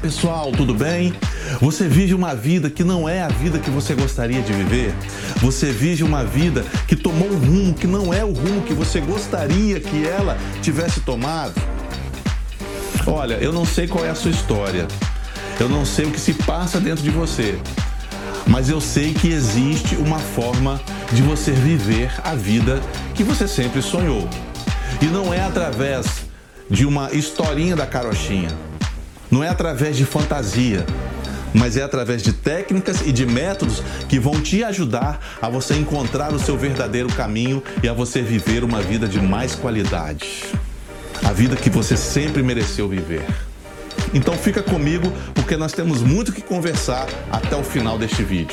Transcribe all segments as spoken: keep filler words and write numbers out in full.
pessoal, tudo bem? Você vive uma vida que não é a vida que você gostaria de viver? Você vive uma vida que tomou um rumo que não é o rumo que você gostaria que ela tivesse tomado? Olha, eu não sei qual é a sua história, eu não sei o que se passa dentro de você, mas eu sei que existe uma forma de você viver a vida que você sempre sonhou. E não é através de uma historinha da carochinha, não é através de fantasia, mas é através de técnicas e de métodos que vão te ajudar a você encontrar o seu verdadeiro caminho e a você viver uma vida de mais qualidade. A vida que você sempre mereceu viver. Então fica comigo, porque nós temos muito que conversar até o final deste vídeo.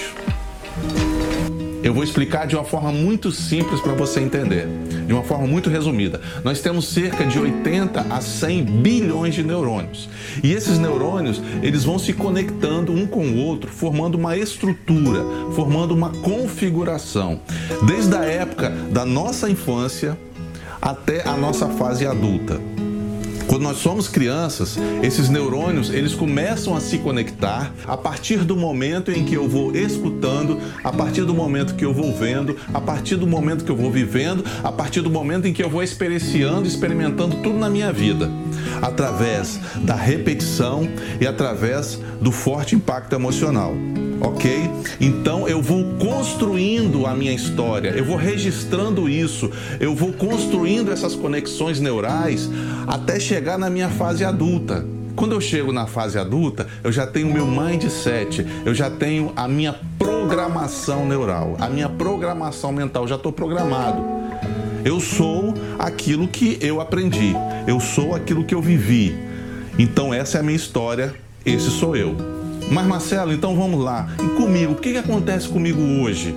Eu vou explicar de uma forma muito simples para você entender, de uma forma muito resumida. Nós temos cerca de oitenta a cem bilhões de neurônios. E esses neurônios, eles vão se conectando um com o outro, formando uma estrutura, formando uma configuração. Desde a época da nossa infância até a nossa fase adulta. Quando nós somos crianças, esses neurônios, eles começam a se conectar a partir do momento em que eu vou escutando, a partir do momento que eu vou vendo, a partir do momento que eu vou vivendo, a partir do momento em que eu vou experienciando, experimentando tudo na minha vida, através da repetição e através do forte impacto emocional. Ok? Então eu vou construindo a minha história, eu vou registrando isso, eu vou construindo essas conexões neurais até chegar na minha fase adulta. Quando eu chego na fase adulta, eu já tenho o meu mindset, eu já tenho a minha programação neural, a minha programação mental, já estou programado. Eu sou aquilo que eu aprendi, eu sou aquilo que eu vivi. Então essa é a minha história, esse sou eu. Mas Marcelo, então vamos lá, e comigo, o que, que acontece comigo hoje?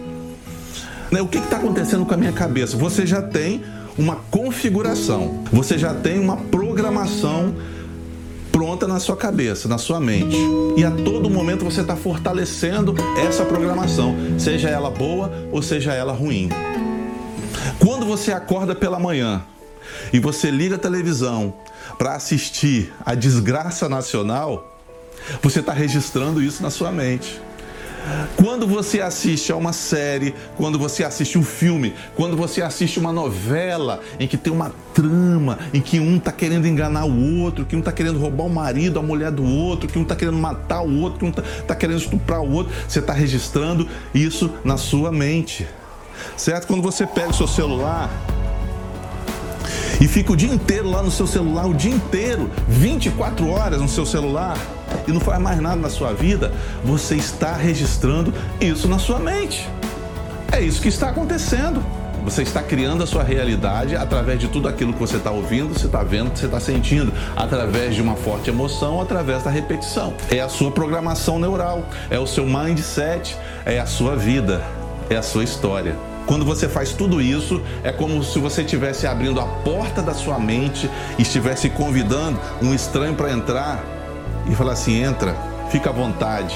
O que está acontecendo com a minha cabeça? Você já tem uma configuração, você já tem uma programação pronta na sua cabeça, na sua mente. E a todo momento você está fortalecendo essa programação, seja ela boa ou seja ela ruim. Quando você acorda pela manhã e você liga a televisão para assistir a desgraça nacional, você está registrando isso na sua mente. Quando você assiste a uma série, quando você assiste um filme, quando você assiste uma novela em que tem uma trama, em que um está querendo enganar o outro, que um está querendo roubar o marido, a mulher do outro, que um está querendo matar o outro, que um está tá querendo estuprar o outro, você está registrando isso na sua mente. Certo? Quando você pega o seu celular e fica o dia inteiro lá no seu celular, o dia inteiro, vinte e quatro horas no seu celular, e não faz mais nada na sua vida, você está registrando isso na sua mente. É isso que está acontecendo. Você está criando a sua realidade através de tudo aquilo que você está ouvindo, você está vendo, que você está sentindo, através de uma forte emoção, através da repetição. É a sua programação neural, é o seu mindset, é a sua vida, é a sua história. Quando você faz tudo isso, é como se você estivesse abrindo a porta da sua mente e estivesse convidando um estranho para entrar e falar assim: entra, fica à vontade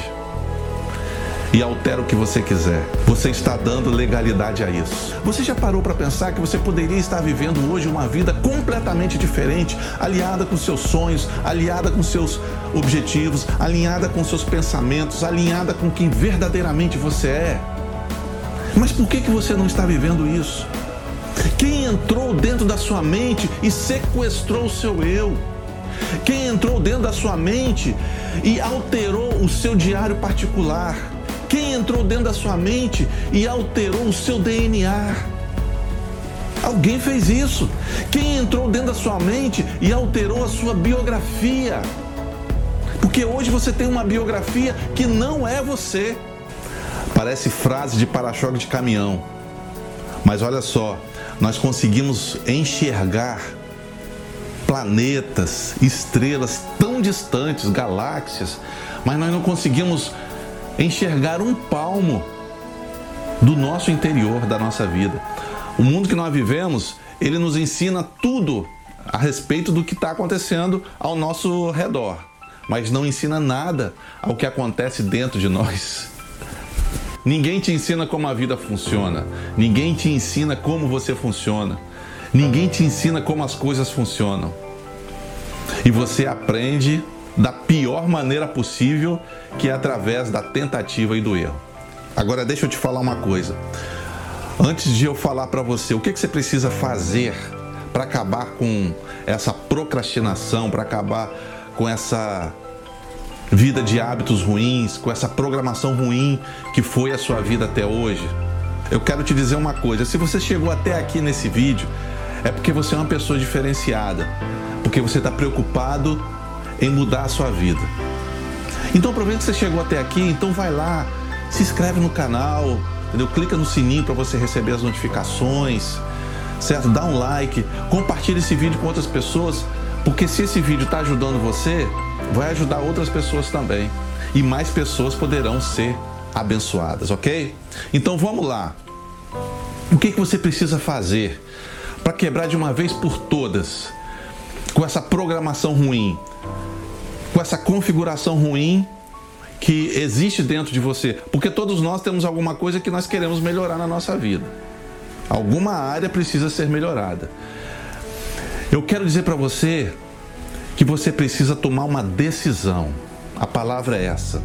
e altera o que você quiser. Você está dando legalidade a isso. Você já parou para pensar que você poderia estar vivendo hoje uma vida completamente diferente, aliada com seus sonhos, aliada com seus objetivos, alinhada com seus pensamentos, alinhada com quem verdadeiramente você é? Mas por que que você não está vivendo isso? Quem entrou dentro da sua mente e sequestrou o seu eu? Quem entrou dentro da sua mente e alterou o seu diário particular? Quem entrou dentro da sua mente e alterou o seu D N A? Alguém fez isso. Quem entrou dentro da sua mente e alterou a sua biografia? Porque hoje você tem uma biografia que não é você. Parece frase de para-choque de caminhão. Mas olha só, nós conseguimos enxergar planetas, estrelas tão distantes, galáxias, mas nós não conseguimos enxergar um palmo do nosso interior, da nossa vida. O mundo que nós vivemos, ele nos ensina tudo a respeito do que está acontecendo ao nosso redor, mas não ensina nada ao que acontece dentro de nós. Ninguém te ensina como a vida funciona. Ninguém te ensina como você funciona. Ninguém te ensina como as coisas funcionam. E você aprende da pior maneira possível, que é através da tentativa e do erro. Agora deixa eu te falar uma coisa. Antes de eu falar para você o que, que você precisa fazer para acabar com essa procrastinação, para acabar com essa vida de hábitos ruins, com essa programação ruim que foi a sua vida até hoje, eu quero te dizer uma coisa. Se você chegou até aqui nesse vídeo, é porque você é uma pessoa diferenciada, porque você está preocupado em mudar a sua vida. Então aproveita que você chegou até aqui, então vai lá, se inscreve no canal, entendeu? Clica no sininho para você receber as notificações, certo? Dá um like, compartilha esse vídeo com outras pessoas, porque se esse vídeo está ajudando você, vai ajudar outras pessoas também. E mais pessoas poderão ser abençoadas, ok? Então vamos lá. O que, que você precisa fazer para quebrar de uma vez por todas com essa programação ruim, com essa configuração ruim que existe dentro de você? Porque todos nós temos alguma coisa que nós queremos melhorar na nossa vida. Alguma área precisa ser melhorada. Eu quero dizer para você que você precisa tomar uma decisão. A palavra é essa: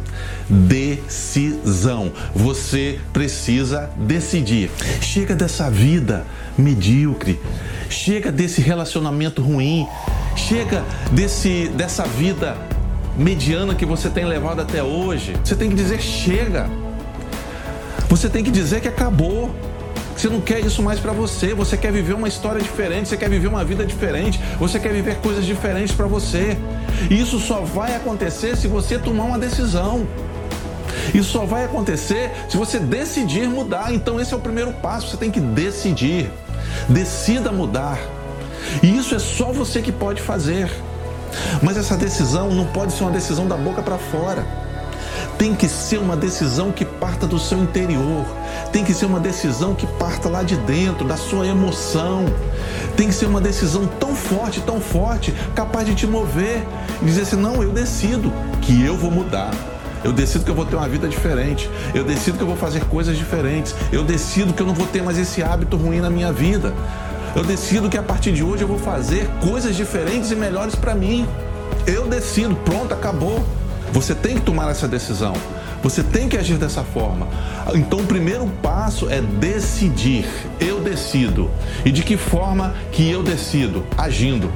decisão. Você precisa decidir. Chega dessa vida medíocre, chega desse relacionamento ruim, chega desse, dessa vida mediana que você tem levado até hoje. Você tem que dizer chega. Você tem que dizer que acabou. Você não quer isso mais para você. Você quer viver uma história diferente, você quer viver uma vida diferente, você quer viver coisas diferentes para você. E isso só vai acontecer se você tomar uma decisão. Isso só vai acontecer se você decidir mudar. Então esse é o primeiro passo. Você tem que decidir. Decida mudar. E isso é só você que pode fazer. Mas essa decisão não pode ser uma decisão da boca para fora. Tem que ser uma decisão que parta do seu interior. Tem que ser uma decisão que parta lá de dentro, da sua emoção. Tem que ser uma decisão tão forte, tão forte, capaz de te mover e dizer assim: não, eu decido que eu vou mudar. Eu decido que eu vou ter uma vida diferente. Eu decido que eu vou fazer coisas diferentes. Eu decido que eu não vou ter mais esse hábito ruim na minha vida. Eu decido que a partir de hoje eu vou fazer coisas diferentes e melhores para mim. Eu decido, pronto, acabou. Você tem que tomar essa decisão. Você tem que agir dessa forma. Então o primeiro passo é decidir. Eu decido. E de que forma que eu decido? Agindo.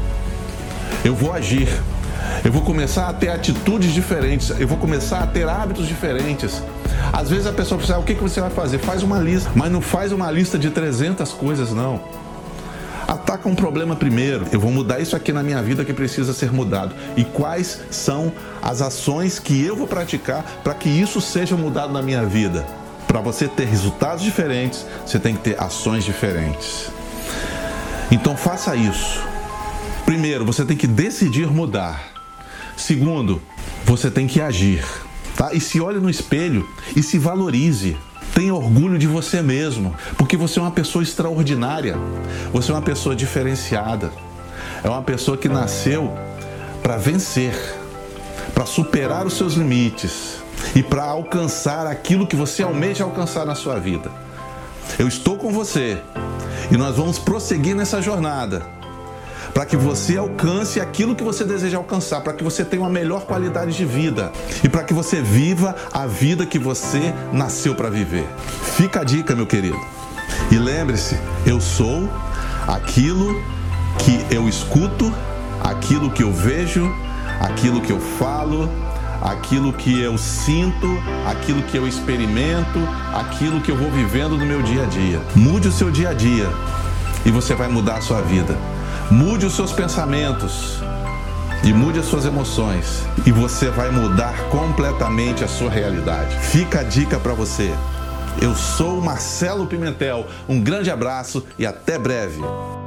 Eu vou agir. Eu vou começar a ter atitudes diferentes. Eu vou começar a ter hábitos diferentes. Às vezes a pessoa precisa, o que você vai fazer? Faz uma lista. Mas não faz uma lista de trezentas coisas, não. Ataca um problema primeiro. Eu vou mudar isso aqui na minha vida que precisa ser mudado. E quais são as ações que eu vou praticar para que isso seja mudado na minha vida? Para você ter resultados diferentes, você tem que ter ações diferentes. Então faça isso. Primeiro, você tem que decidir mudar. Segundo, você tem que agir, tá? E se olhe no espelho e se valorize. Tenha orgulho de você mesmo, porque você é uma pessoa extraordinária. Você é uma pessoa diferenciada. É uma pessoa que nasceu para vencer, para superar os seus limites e para alcançar aquilo que você almeja alcançar na sua vida. Eu estou com você e nós vamos prosseguir nessa jornada para que você alcance aquilo que você deseja alcançar, para que você tenha uma melhor qualidade de vida e para que você viva a vida que você nasceu para viver. Fica a dica, meu querido. E lembre-se, eu sou aquilo que eu escuto, aquilo que eu vejo, aquilo que eu falo, aquilo que eu sinto, aquilo que eu experimento, aquilo que eu vou vivendo no meu dia a dia. Mude o seu dia a dia e você vai mudar a sua vida. Mude os seus pensamentos e mude as suas emoções e você vai mudar completamente a sua realidade. Fica a dica para você. Eu sou Marcelo Pimentel. Um grande abraço e até breve.